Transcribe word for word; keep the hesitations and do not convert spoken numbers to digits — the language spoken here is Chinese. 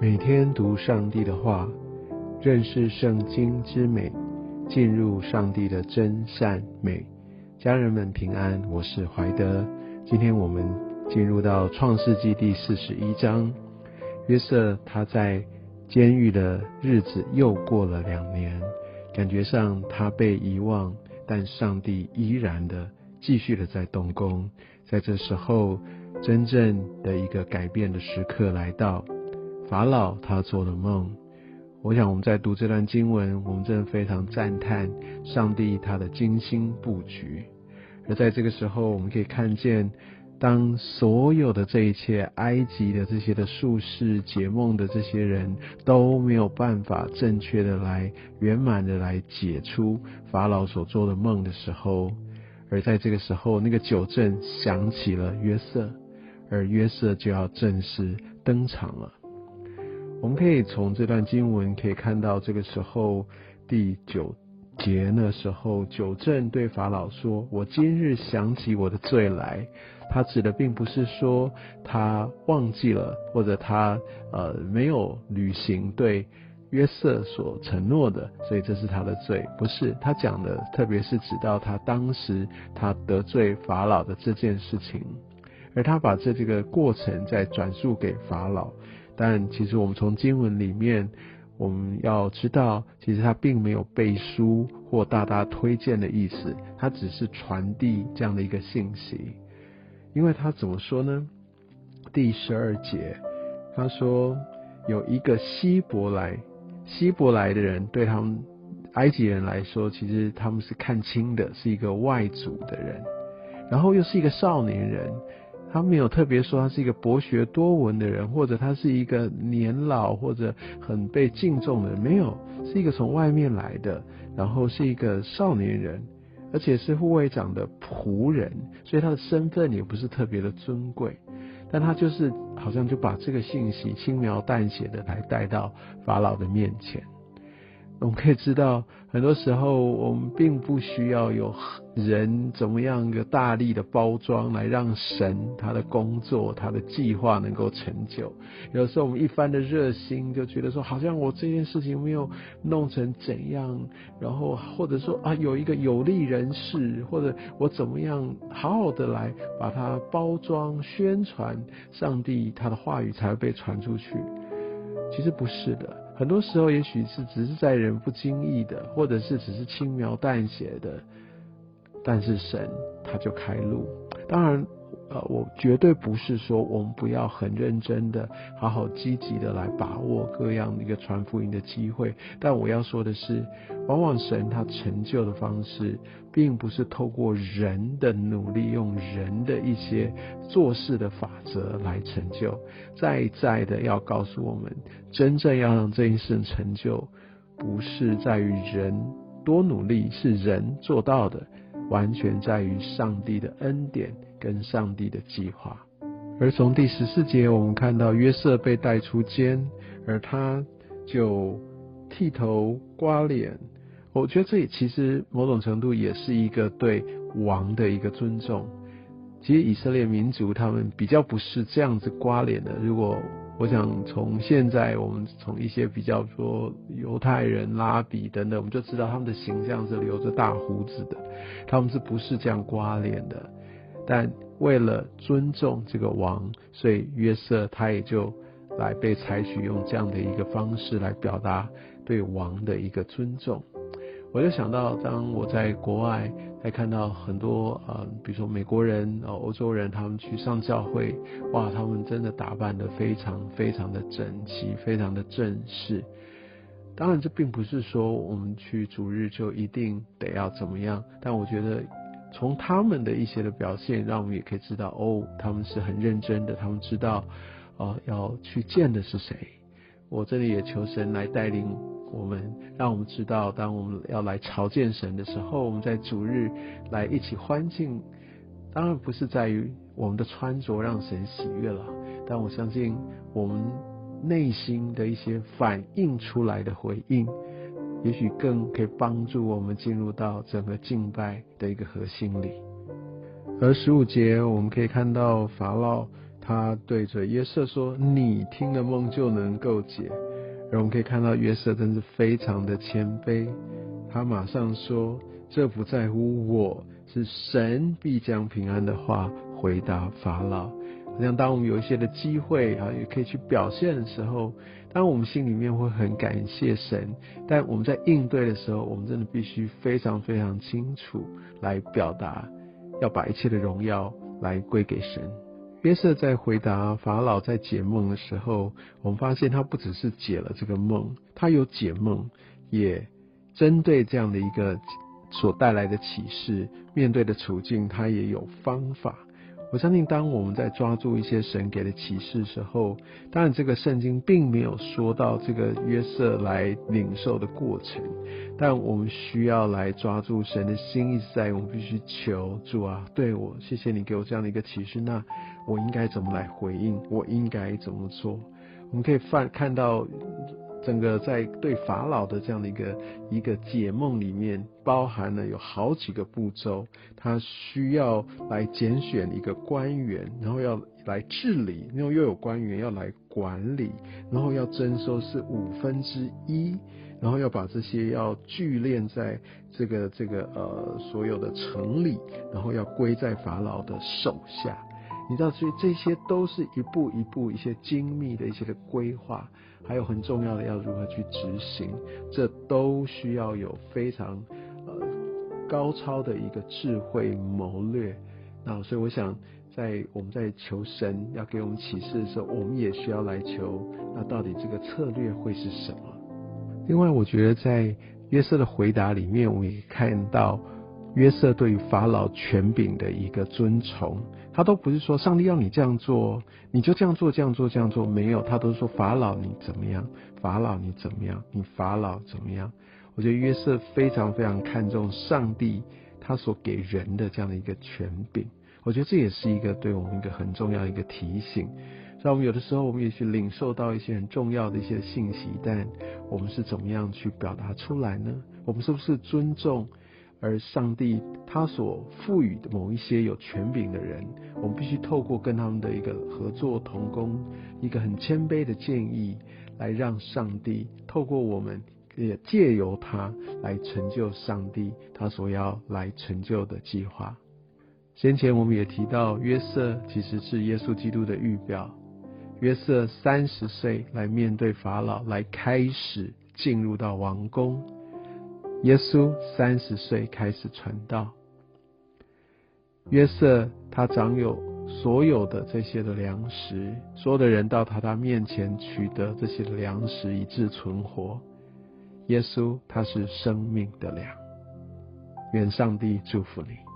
每天读上帝的话，认识圣经之美，进入上帝的真善美。家人们平安，我是怀德。今天我们进入到创世纪第四十一章。约瑟他在监狱的日子又过了两年，感觉上他被遗忘，但上帝依然的继续的在动工。在这时候，真正的一个改变的时刻来到。法老他做了梦，我想我们在读这段经文，我们真的非常赞叹上帝他的精心布局。而在这个时候，我们可以看见，当所有的这一切埃及的这些的术士解梦的这些人都没有办法正确的来圆满的来解出法老所做的梦的时候，而在这个时候，那个九正想起了约瑟，而约瑟就要正式登场了。我们可以从这段经文可以看到，这个时候第九节那时候，九正对法老说：“我今日想起我的罪来。”他指的并不是说他忘记了，或者他呃没有履行对约瑟所承诺的，所以这是他的罪。不是，他讲的特别是指到他当时他得罪法老的这件事情，而他把这这个过程再转述给法老。但其实我们从经文里面，我们要知道，其实他并没有背书或大大推荐的意思，他只是传递这样的一个信息。因为他怎么说呢？第十二节，他说有一个希伯来，希伯来的人对他们埃及人来说，其实他们是看轻的，是一个外族的人，然后又是一个少年人。他没有特别说他是一个博学多闻的人，或者他是一个年老或者很被敬重的人，没有，是一个从外面来的，然后是一个少年人，而且是护卫长的仆人，所以他的身份也不是特别的尊贵，但他就是好像就把这个信息轻描淡写的来带到法老的面前。我们可以知道，很多时候我们并不需要有人怎么样一个大力的包装来让神他的工作他的计划能够成就。有时候我们一番的热心就觉得说，好像我这件事情没有弄成怎样，然后或者说啊有一个有利人士，或者我怎么样好好的来把它包装宣传，上帝他的话语才会被传出去。其实不是的，很多时候也许是只是在人不经意的，或者是只是轻描淡写的，但是神他就开路。当然呃，我绝对不是说我们不要很认真的好好积极的来把握各样的一个传福音的机会，但我要说的是，往往神他成就的方式并不是透过人的努力，用人的一些做事的法则来成就。再一再的要告诉我们，真正要让这件事成就，不是在于人多努力，是人做到的，完全在于上帝的恩典跟上帝的计划。而从第十四节我们看到约瑟被带出监，而他就剃头刮脸。我觉得这其实某种程度也是一个对王的一个尊重。其实以色列民族他们比较不是这样子刮脸的。如果我想从现在我们从一些比较说犹太人拉比等等，我们就知道他们的形象是留着大胡子的，他们是不是这样刮脸的。但为了尊重这个王，所以约瑟他也就来被采取用这样的一个方式来表达对王的一个尊重。我就想到当我在国外在看到很多呃，比如说美国人、呃、欧洲人，他们去上教会，哇，他们真的打扮得非常非常的整齐，非常的正式。当然这并不是说我们去主日就一定得要怎么样，但我觉得从他们的一些的表现，让我们也可以知道，哦，他们是很认真的，他们知道呃，要去见的是谁。我这里也求神来带领我们，让我们知道，当我们要来朝见神的时候，我们在主日来一起欢庆，当然不是在于我们的穿着让神喜悦了，但我相信我们内心的一些反映出来的回应，也许更可以帮助我们进入到整个敬拜的一个核心里。而十五节我们可以看到法老他对着约瑟说：你听了梦就能够解。而我们可以看到约瑟真是非常的谦卑，他马上说：这不在乎我，是神必将平安的话回答法老。好像当我们有一些的机会啊，也可以去表现的时候，当我们心里面会很感谢神，但我们在应对的时候，我们真的必须非常非常清楚来表达，要把一切的荣耀来归给神。约瑟在回答法老在解梦的时候，我们发现他不只是解了这个梦，他有解梦，也针对这样的一个所带来的启示，面对的处境，他也有方法。我相信当我们在抓住一些神给的启示的时候，当然这个圣经并没有说到这个约瑟来领受的过程，但我们需要来抓住神的心意在，我们必须求主啊，对我，谢谢你给我这样的一个启示，那我应该怎么来回应，我应该怎么做。我们可以看到整个在对法老的这样的一个一个解梦里面，包含了有好几个步骤，他需要来拣选一个官员，然后要来治理，然后又有官员要来管理，然后要征收是五分之一，然后要把这些要聚敛在这个这个呃所有的城里，然后要归在法老的手下。你知道，所以这些都是一步一步一些精密的一些的规划，还有很重要的要如何去执行，这都需要有非常呃高超的一个智慧谋略。那所以我想，在我们在求神要给我们启示的时候，我们也需要来求，那到底这个策略会是什么？另外，我觉得在约瑟的回答里面，我们也看到约瑟对于法老权柄的一个尊崇。他都不是说上帝要你这样做你就这样做这样做这样做，没有，他都是说法老你怎么样，法老你怎么样，你法老怎么样。我觉得约瑟非常非常看重上帝他所给人的这样的一个权柄，我觉得这也是一个对我们一个很重要的一个提醒。所以我们有的时候我们也许领受到一些很重要的一些信息，但我们是怎么样去表达出来呢？我们是不是尊重而上帝他所赋予的某一些有权柄的人，我们必须透过跟他们的一个合作同工，一个很谦卑的建议，来让上帝透过我们，也借由他来成就上帝他所要来成就的计划。先前我们也提到，约瑟其实是耶稣基督的预表。约瑟三十岁来面对法老，来开始进入到王宫。耶稣三十岁开始传道。约瑟他掌有所有的这些的粮食，所有的人到他他面前取得这些的粮食以致存活。耶稣他是生命的粮。愿上帝祝福你。